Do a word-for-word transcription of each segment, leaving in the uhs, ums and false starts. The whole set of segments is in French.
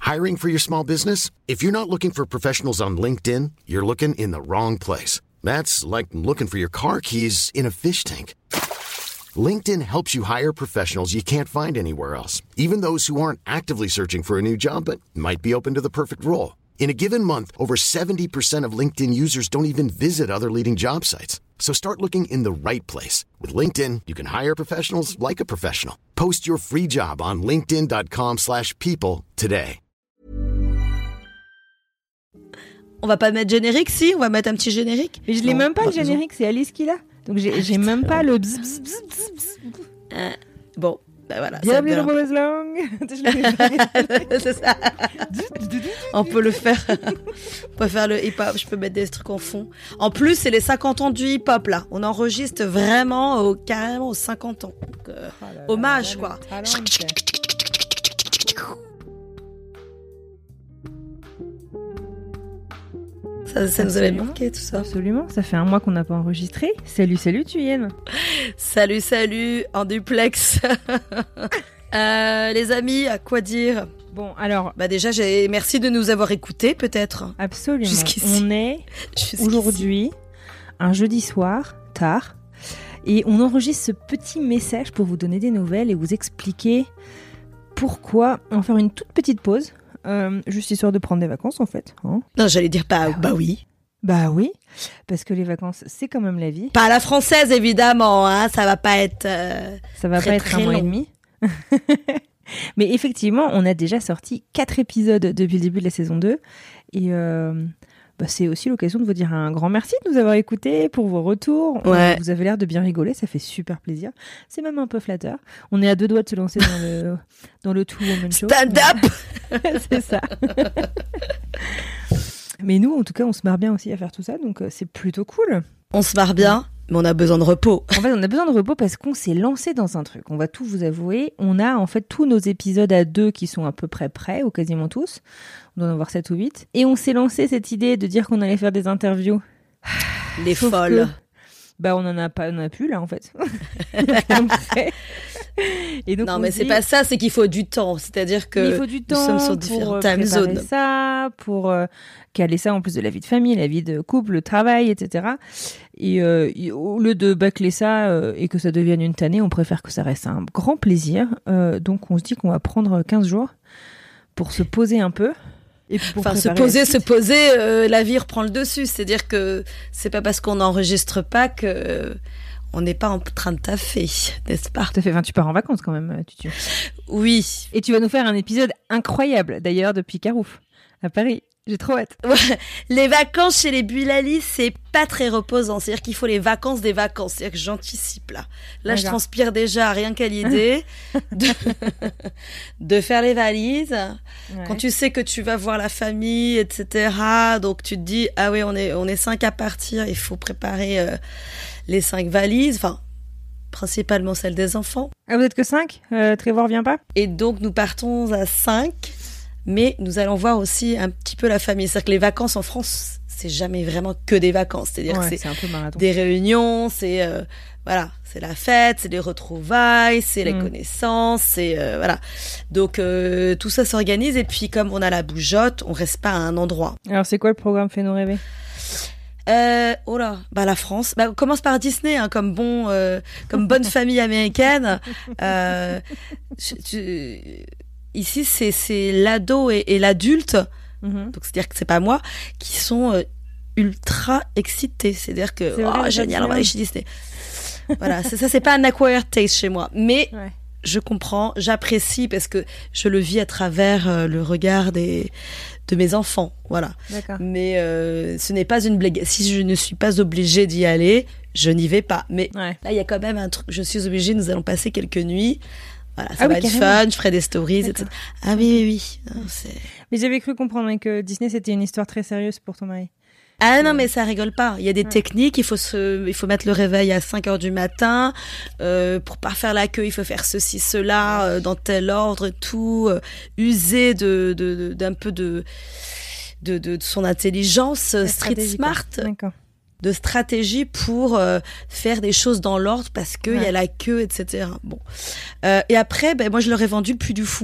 Hiring for your small business? If you're not looking for professionals on LinkedIn, you're looking in the wrong place. That's like looking for your car keys in a fish tank. LinkedIn helps you hire professionals you can't find anywhere else, even those who aren't actively searching for a new job but might be open to the perfect role. In a given month, over seventy percent of LinkedIn users don't even visit other leading job sites. So start looking in the right place. With LinkedIn, you can hire professionals like a professional. Post your free job on linkedin.com slash people today. On va pas mettre générique, si? On va mettre un petit générique? Mais je l'ai non, même pas, pas le générique, c'est Alice qui l'a. Donc j'ai, ah, j'ai même pas le bzz bzz bzz bzz. Euh, bon, bah voilà. Bienvenue dans Mauvaise Langue. C'est ça. On peut le faire. On peut faire le hip-hop. Je peux mettre des trucs en fond. En plus, c'est les cinquante ans du hip-hop, là. On enregistre vraiment au, carrément aux cinquante ans. Donc, euh, oh là là, hommage, là, quoi. Ça, ça nous avait manqué, tout ça. Absolument, ça fait un mois qu'on n'a pas enregistré. Salut, salut Thuyen. Salut, salut, en duplex. euh, les amis, à quoi dire? Bon, alors... Bah déjà, j'ai... merci de nous avoir écoutés, peut-être. Absolument. Jusqu'ici. On est Jusqu'ici. Aujourd'hui, un jeudi soir, tard, et on enregistre ce petit message pour vous donner des nouvelles et vous expliquer pourquoi. On va faire une toute petite pause. Euh, juste histoire de prendre des vacances en fait. Hein. Non, j'allais dire bah, bah oui. Bah oui, parce que les vacances, c'est quand même la vie. Pas à la française évidemment, hein, ça va pas être. Euh, ça va très, pas être très un mois long. et demi. Mais effectivement, on a déjà sorti quatre épisodes depuis le début de la saison deux. Et euh, bah, c'est aussi l'occasion de vous dire un grand merci de nous avoir écoutés pour vos retours. Ouais. Vous avez l'air de bien rigoler, ça fait super plaisir. C'est même un peu flatteur. On est à deux doigts de se lancer dans le, dans le Two Woman Show. Stand up. C'est ça. Mais nous, en tout cas, on se marre bien aussi à faire tout ça, donc euh, c'est plutôt cool. On se marre bien, mais on a besoin de repos. En fait, on a besoin de repos parce qu'on s'est lancé dans un truc. On va tout vous avouer. On a en fait tous nos épisodes à deux qui sont à peu près prêts, ou quasiment tous. On doit en avoir sept ou huit. Et on s'est lancé cette idée de dire qu'on allait faire des interviews. Les Sauf folles. que, bah, on en a pas, on en a plus là en fait. Et donc, non, on mais se c'est dit, pas ça, c'est qu'il faut du temps. C'est-à-dire que il faut du temps nous sommes sur pour différentes euh, time préparer zones. ça, pour euh, caler ça en plus de la vie de famille, la vie de couple, le travail, et cetera. Et euh, y- au lieu de bâcler ça euh, et que ça devienne une tannée, on préfère que ça reste un grand plaisir. Euh, donc on se dit qu'on va prendre quinze jours pour se poser un peu. Et puis pour Enfin, se préparer la poser, se suite. poser, euh, la vie reprend le dessus. C'est-à-dire que c'est pas parce qu'on n'enregistre pas que euh, on n'est pas en train de taffer, n'est-ce pas? Tout à fait. Enfin, tu pars en vacances quand même, Tutu. Oui. Et tu vas nous faire un épisode incroyable, d'ailleurs, depuis Carouf, à Paris. J'ai trop hâte. Ouais. Les vacances chez les Builali, c'est pas très reposant. C'est-à-dire qu'il faut les vacances des vacances. C'est-à-dire que j'anticipe là. Là, je D'accord. transpire déjà rien qu'à l'idée de... de faire les valises. Ouais. Quand tu sais que tu vas voir la famille, et cetera. Donc tu te dis ah oui, on est on est cinq à partir. Il faut préparer euh, les cinq valises. Enfin, principalement celles des enfants. Ah, vous êtes que cinq euh, Trevor vient pas? Et donc nous partons à cinq. Mais nous allons voir aussi un petit peu la famille. C'est-à-dire que les vacances en France, c'est jamais vraiment que des vacances. C'est-à-dire Ouais, que c'est, c'est un peu marathon. des réunions, c'est euh, voilà, c'est la fête, c'est les retrouvailles, c'est les Mm. connaissances, c'est euh, voilà. Donc euh, tout ça s'organise et puis comme on a la bougeotte, on reste pas à un endroit. Alors, c'est quoi le programme Fais-nous rêver? Euh, oh là, bah la France. Bah on commence par Disney, hein, comme bon, euh, comme bonne famille américaine. Euh, je- je- ici, c'est c'est l'ado et, et l'adulte. Mhm. Donc c'est-à-dire que c'est pas moi qui sont euh, ultra excités. C'est-à-dire que C'est vrai, oh les génial, on va Disneyland. aller chez Disney. Voilà, c'est, ça c'est pas un acquired taste chez moi, mais Ouais. je comprends, j'apprécie parce que je le vis à travers euh, le regard des de mes enfants, voilà. D'accord. Mais euh, ce n'est pas une blague. Si je ne suis pas obligée d'y aller, je n'y vais pas. Mais Ouais. là, il y a quand même un truc. Je suis obligée. Nous allons passer quelques nuits. Voilà, ça Ah va oui, être carrément. fun. Je ferai des stories, D'accord. et cetera. Ah oui, oui, oui. Non, c'est... Mais j'avais cru comprendre hein, que Disney, c'était une histoire très sérieuse pour ton mari. Ah non, mais ça rigole pas. Il y a des Ouais. techniques. Il faut se, il faut mettre le réveil à cinq heures du matin. Euh, pour pas faire la queue, il faut faire ceci, cela, euh, dans tel ordre et tout. Euh, user de, de, de- d'un peu de, de, de, de son intelligence euh, La street stratégie, quoi. smart, D'accord. de stratégie pour euh, faire des choses dans l'ordre parce qu'il Ouais. y a la queue, et cetera. Bon. Euh, et après, ben, moi, je leur ai vendu le Puy du Fou.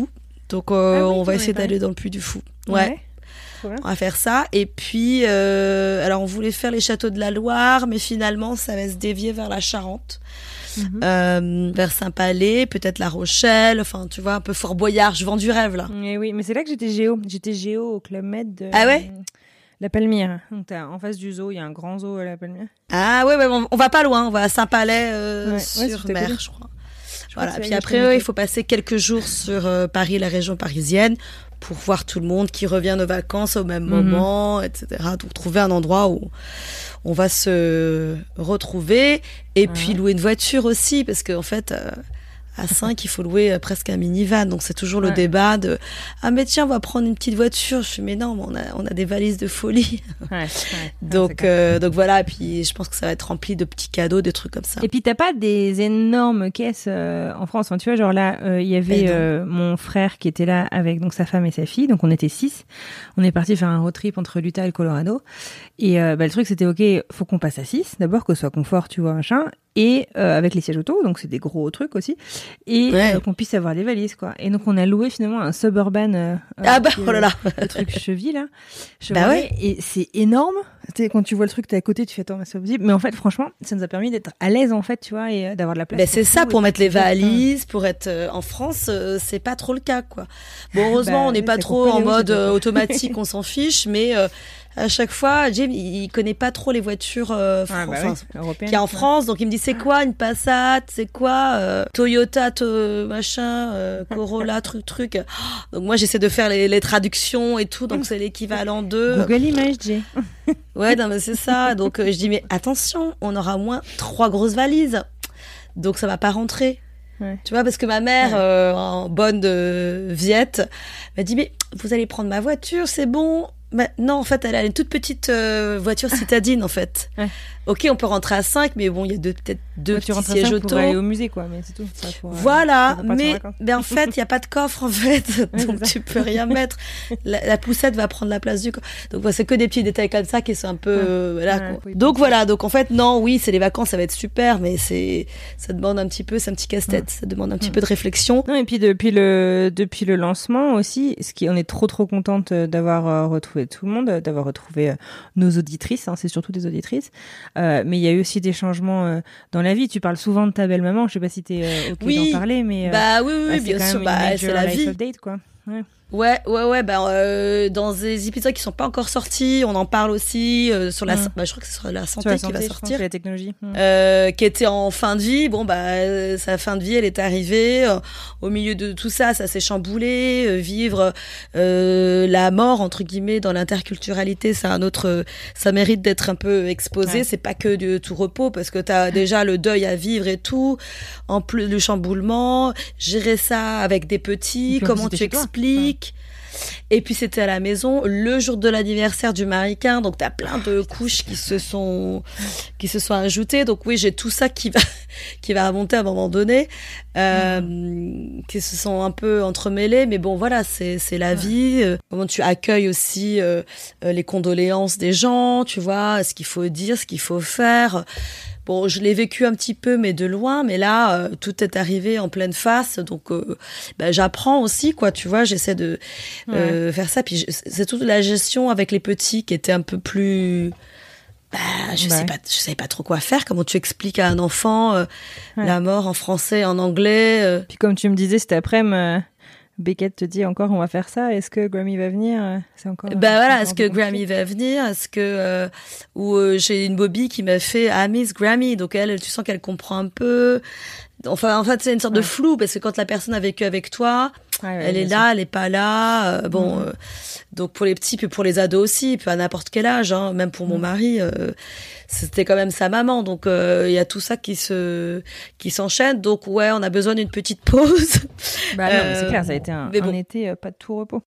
Donc euh, Ah oui, on va tu essayer m'en avais d'aller dans le Puy du Fou. Ouais. Ouais. Trop bien. On va faire ça. Et puis, euh, alors on voulait faire les châteaux de la Loire, mais finalement ça va se dévier vers la Charente. Mhm. Euh, vers Saint-Palais, peut-être La Rochelle, enfin tu vois, un peu Fort Boyard, je vends du rêve là. Mais oui, mais c'est là que j'étais géo. J'étais géo au Club Med de Ah ouais euh, La Palmyre. Donc t'as, en face du zoo, il y a un grand zoo à La Palmyre. Ah ouais, ouais on, on va pas loin, on va à Saint-Palais euh, Ouais, ouais, sur c'était mer, cool. je crois. Je crois Voilà. que c'est Puis là que après, je euh, connais il faut passer quelques jours sur euh, Paris, la région parisienne, pour voir tout le monde qui revient de vacances au même Mhm. moment, et cetera. Donc trouver un endroit où on va se retrouver et Ouais. puis louer une voiture aussi, parce qu'en fait, euh, à cinq, il faut louer euh, presque un minivan. Donc c'est toujours le Ouais. débat de ah mais tiens, on va prendre une petite voiture. Je suis mais non, mais on a on a des valises de folie. Ouais, ouais. Donc Ah, c'est euh, donc voilà. Et puis je pense que ça va être rempli de petits cadeaux, des trucs comme ça. Et puis t'as pas des énormes caisses euh, en France. Enfin, tu vois, genre là, euh, il y avait Eh non. euh, mon frère qui était là avec donc sa femme et sa fille. Donc on était six. On est parti faire un road trip entre l'Utah et le Colorado. Et euh, bah, le truc c'était ok, faut qu'on passe à six. D'abord que ce soit confort, tu vois, machin. Et euh, avec les sièges auto, donc c'est des gros trucs aussi. Et Ouais. euh, qu'on puisse avoir les valises, quoi. Et donc on a loué finalement un Suburban. Euh, Ah bah qui est, oh là là. le truc cheville là. Bah ouais. Et c'est énorme. Tu sais, quand tu vois le truc, t'es à côté, tu fais attends, mais c'est pas possible. Mais en fait, franchement, ça nous a permis d'être à l'aise en fait, tu vois, et euh, d'avoir de la place. Ben pour c'est tout, ça, et pour puis mettre les c'est bien. valises, pour être euh, en France, euh, c'est pas trop le cas, quoi. Bon, heureusement, Bah, on n'est oui, pas c'est trop pour en Péléo, mode c'est bien. euh, automatique, on s'en fiche, mais euh, à chaque fois, Jim, il, il connaît pas trop les voitures euh, Ah, fran- bah enfin, oui, européenne, qu'il y a en ouais. France, donc il me dit c'est quoi une Passat, c'est quoi euh, Toyota, to- machin, euh, Corolla, truc, truc. Donc moi, j'essaie de faire les, les traductions et tout, donc c'est l'équivalent de. Google Images, J. Ouais, non, mais c'est ça. Donc euh, je dis mais attention, on aura au moins trois grosses valises, donc ça va pas rentrer. Ouais. Tu vois, parce que ma mère, Ouais. euh, en bonne euh, viette, m'a dit mais vous allez prendre ma voiture, c'est bon. Bah, non, en fait, elle a une toute petite euh, voiture citadine, en fait. Ouais. Ok, on peut rentrer à cinq, mais bon, il y a deux, peut-être deux Ouais, tu petits rentres à sièges cinq auto. pour aller au musée, quoi, mais c'est tout. Pas pour, euh, Voilà, pour partir en mais, vacances. mais en fait, il n'y a pas de coffre, en fait. Ouais, Donc, c'est ça. tu peux rien mettre. La, la poussette va prendre la place du coffre. Donc, voilà, c'est que des petits détails comme ça qui sont un peu, Ouais. euh, voilà, Ouais, quoi. faut y Donc, penser. voilà. Donc, en fait, non, oui, c'est les vacances, ça va être super, mais c'est, ça demande un petit peu, c'est un petit casse-tête. Ça demande un petit Mm. peu de réflexion. Non, et puis depuis le, depuis le lancement aussi, ce qui, on est trop trop contente euh, d'avoir euh, retrouvé tout le monde, euh, d'avoir retrouvé euh, nos auditrices, hein, c'est surtout des auditrices. Euh, mais il y a eu aussi des changements euh, dans la vie. Tu parles souvent de ta belle-maman, je sais pas si t'es euh, ok Oui. d'en parler, mais euh, Bah oui, oui, bah, oui, c'est bien quand sûr, même bah, une c'est major la life vie. update, quoi. Ouais. Ouais, ouais, ouais, bah, euh, dans des épisodes qui sont pas encore sortis, on en parle aussi, euh, sur la, Mm. bah, je crois que c'est sur la santé Sur la qui santé, va je pense, sortir. et la technologie. Mm. Euh, qui était en fin de vie. Bon, bah, euh, sa fin de vie, elle est arrivée. Euh, au milieu de tout ça, ça s'est chamboulé. Euh, vivre euh, la mort, entre guillemets, dans l'interculturalité, c'est un autre... euh, ça mérite d'être un peu exposé. Ouais. C'est pas que du tout repos, parce que t'as déjà le deuil à vivre et tout. En plus, le chamboulement, gérer ça avec des Et petits, puis en comment plus, tu c'était chez toi. expliques. Et puis c'était à la maison le jour de l'anniversaire du Maricain, donc t'as plein de couches qui se sont qui se sont ajoutées. Donc oui, j'ai tout ça qui va qui va remonter à un moment donné, euh, Mm. qui se sont un peu entremêlés. Mais bon, voilà, c'est c'est la vie. Euh, Comment tu accueilles aussi euh, euh, les condoléances des gens, tu vois, ce qu'il faut dire, ce qu'il faut faire. Bon, je l'ai vécu un petit peu, mais de loin. Mais là, euh, tout est arrivé en pleine face, donc euh, bah, j'apprends aussi, quoi. Tu vois, j'essaie de euh, faire ça. Puis je- c'est toute la gestion avec les petits qui était un peu plus. Bah, je Ouais. sais pas, je savais pas trop quoi faire. Comment tu expliques à un enfant euh, Ouais. la mort en français, en anglais. euh. Puis comme tu me disais cet après-midi, euh, Beckett te dit encore on va faire ça. Est-ce que Grammy va venir? euh, C'est encore. Ben voilà, encore est-ce que un peu Grammy va venir? Est-ce que euh, ou euh, j'ai une Bobby qui m'a fait ah Miss Grammy, donc elle, tu sens qu'elle comprend un peu. Enfin, en fait, c'est une sorte de Ouais. flou parce que quand la personne a vécu avec toi, Ouais, ouais, elle est bien là, elle est pas là. euh, bon, Mhm. euh, donc pour les petits puis pour les ados aussi, puis à n'importe quel âge, hein, même pour mon Mhm. mari, euh, c'était quand même sa maman. Donc euh, il y a tout ça qui se qui s'enchaîne. Donc ouais, on a besoin d'une petite pause. sûr. Bah non, mais c'est Euh, clair, ça a été un, mais un bon. été euh, pas de tout repos.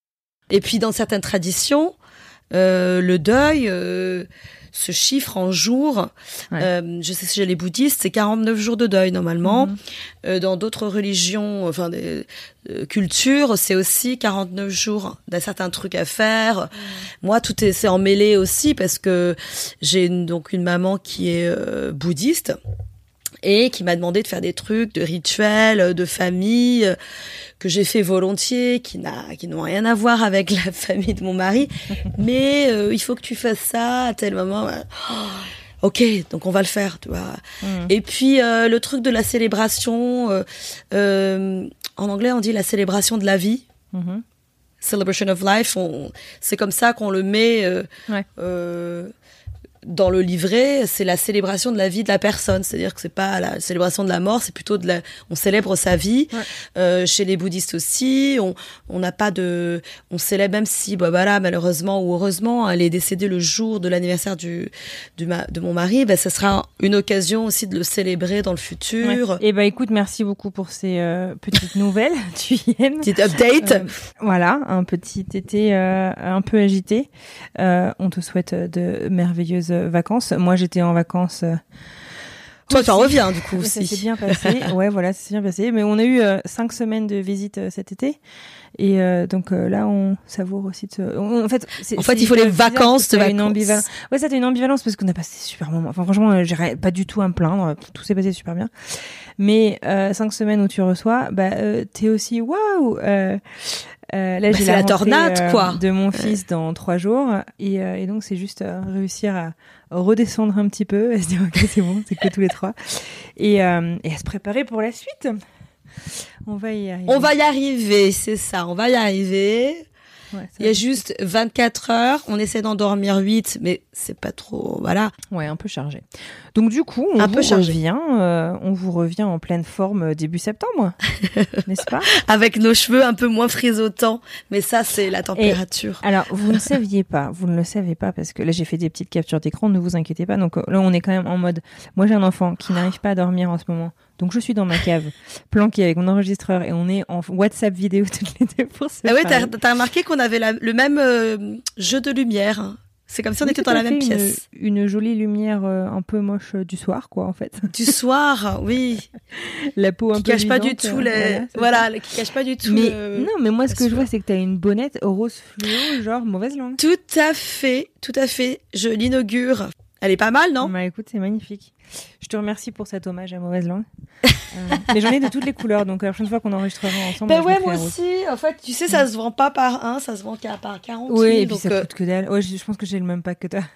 Et puis dans certaines traditions, euh, le deuil euh, se chiffre en jours. Ouais. Euh, je sais chez les bouddhistes, c'est quarante-neuf jours de deuil normalement. Mhm. Euh, dans d'autres religions, enfin des euh, cultures, c'est aussi quarante-neuf jours d'un certain truc à faire. Moi, tout est c'est emmêlé aussi parce que j'ai une, donc une maman qui est euh, bouddhiste. et qui m'a demandé de faire des trucs, de rituels, de famille, euh, que j'ai fait volontiers, qui n'a, qui n'ont rien à voir avec la famille de mon mari. Mais euh, il faut que tu fasses ça à tel moment. Oh, ok, donc on va le faire, tu vois. Mmh. Et puis euh, le truc de la célébration, euh, euh, en anglais on dit la célébration de la vie. Mmh. Celebration of life, on, c'est comme ça qu'on le met. Euh, ouais. euh, Dans le livret, c'est la célébration de la vie de la personne. C'est-à-dire que c'est pas la célébration de la mort, c'est plutôt de la, on célèbre sa vie. Ouais. Euh, chez les bouddhistes aussi, on, on n'a pas de, on célèbre même si, bah voilà, malheureusement ou heureusement, elle est décédée le jour de l'anniversaire du, du de mon mari, bah, ça sera une occasion aussi de le célébrer dans le futur. Ouais. Et bah, écoute, merci beaucoup pour ces euh, petites nouvelles. Tu y aimes. Petite update. Euh, voilà, un petit été euh, un peu agité. Euh, on te souhaite de merveilleuses vacances. Moi, j'étais en vacances. Euh, Toi, tu en reviens du coup aussi. Ça s'est bien passé. Ouais, voilà, ça s'est bien passé. Mais on a eu euh, cinq semaines de visite euh, cet été, et euh, donc euh, là, on savoure aussi de. Se... On, en fait, c'est, en fait, il faut les vacances de vacances. Une ambivalence. Ouais, ça, t'as une ambivalence parce qu'on a passé super moments. Enfin, franchement, euh, j'ai pas du tout à me plaindre. Tout s'est passé super bien. Mais euh, cinq semaines où tu reçois, bah, euh, t'es aussi waouh. Euh, Euh, là, bah, j'ai c'est la, la tornade, euh, quoi. De mon fils dans trois jours, et, euh, et donc c'est juste euh, réussir à redescendre un petit peu, à se dire ok c'est bon, c'est que tous les trois, et, euh, et à se préparer pour la suite. On va y arriver. On va y arriver, c'est ça. On va y arriver. Ouais, il y a juste vingt-quatre heures, on essaie d'en dormir huit, mais c'est pas trop, voilà. Ouais, un peu chargé. Donc du coup, on un vous peu chargé. revient, euh, on vous revient en pleine forme début septembre, n'est-ce pas? Avec nos cheveux un peu moins frisotants, mais ça c'est la température. Et alors, vous ne saviez pas, vous ne le savez pas, parce que là j'ai fait des petites captures d'écran, ne vous inquiétez pas. Donc là on est quand même en mode, moi j'ai un enfant qui n'arrive pas à dormir en ce moment. Donc je suis dans ma cave, planquée avec mon enregistreur, et on est en WhatsApp vidéo toutes les deux pour se ah oui, parler. t'as, t'as remarqué qu'on avait la, le même euh, jeu de lumière. C'est comme si on oui, était dans la même une, pièce. Une jolie lumière euh, un peu moche euh, du soir, quoi, en fait. Du soir, oui. La peau un qui peu cache pas luisante, du tout euh, les, voilà, voilà qui cache pas du tout. Mais le... non, mais moi ce que je vois, c'est que t'as une bonnette rose fluo, genre mauvaise langue. Tout à fait, tout à fait. Je l'inaugure. Elle est pas mal, non? Bah écoute, c'est magnifique. Je te remercie pour cet hommage à mauvaise langue. euh, mais j'en ai de toutes les couleurs, donc la prochaine fois qu'on enregistrera ensemble. Ben ouais, moi aussi. En fait, tu sais, ça se vend pas par un, ça se vend qu'à par quarante. Oui, et puis donc ça euh... coûte que dalle. Ouais, je, je pense que j'ai le même pack que toi.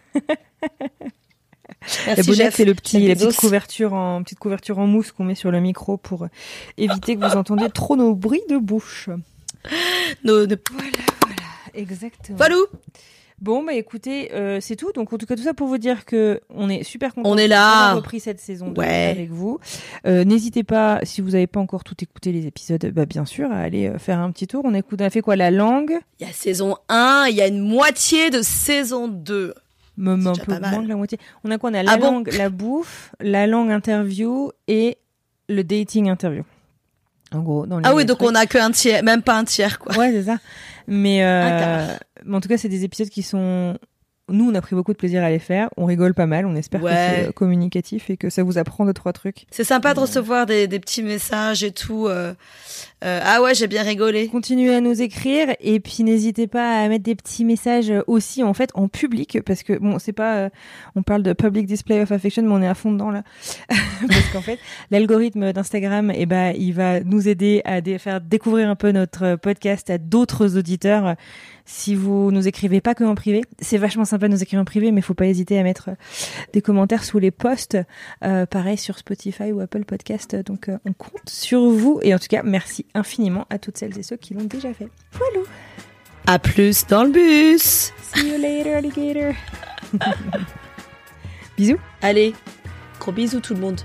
Merci, la bonnette, Jeff. c'est le petit, la, la petite couverture en petite couverture en mousse qu'on met sur le micro pour éviter que vous entendiez trop nos bruits de bouche. Nos, nos... Voilà, voilà, exactement. Voilà. Bon, bah écoutez, euh, c'est tout. Donc en tout cas, tout ça pour vous dire que on est super contents. On est là. d'avoir repris cette saison ouais. avec vous. Euh, n'hésitez pas, si vous n'avez pas encore tout écouté les épisodes, bah bien sûr, à aller euh, faire un petit tour. On écoute, on a fait quoi, la langue? Il y a saison un, il y a une moitié de saison deux. Même un peu moins que la moitié. On a quoi? On a la ah langue, bon la bouffe, la langue interview et le dating interview. En gros, dans les ah oui, donc trucs. on a que un tiers, même pas un tiers, quoi. Ouais, c'est ça. Mais, euh, mais en tout cas, c'est des épisodes qui sont. Nous, on a pris beaucoup de plaisir à les faire. On rigole pas mal. On espère ouais. que c'est communicatif et que ça vous apprend deux, trois trucs. C'est sympa de recevoir des, des petits messages et tout. Euh, euh, ah ouais, j'ai bien rigolé. Continuez à nous écrire et puis n'hésitez pas à mettre des petits messages aussi, en fait, en public, parce que bon, c'est pas. Euh, on parle de public display of affection, mais on est à fond dedans là, parce qu'en fait, l'algorithme d'Instagram, eh ben, il va nous aider à dé- faire découvrir un peu notre podcast à d'autres auditeurs. Si vous nous écrivez pas que en privé, c'est vachement sympa de nous écrire en privé, mais faut pas hésiter à mettre des commentaires sous les posts, euh, pareil sur Spotify ou Apple Podcast. Donc euh, on compte sur vous, et en tout cas merci infiniment à toutes celles et ceux qui l'ont déjà fait. Voilà. À plus dans le bus. See you later, alligator. Bisous. Allez, gros bisous tout le monde.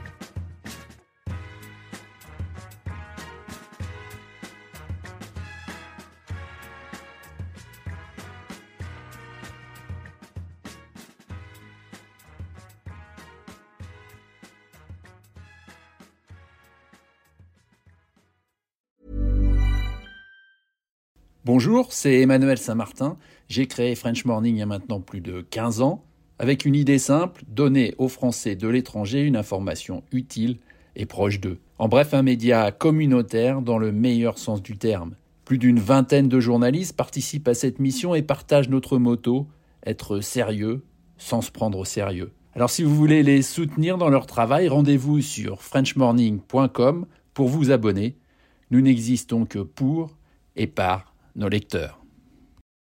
Bonjour, c'est Emmanuel Saint-Martin. J'ai créé French Morning il y a maintenant plus de quinze ans, avec une idée simple, donner aux Français de l'étranger une information utile et proche d'eux. En bref, un média communautaire dans le meilleur sens du terme. Plus d'une vingtaine de journalistes participent à cette mission et partagent notre motto, être sérieux sans se prendre au sérieux. Alors si vous voulez les soutenir dans leur travail, rendez-vous sur french morning point com pour vous abonner. Nous n'existons que pour et par nos lecteurs.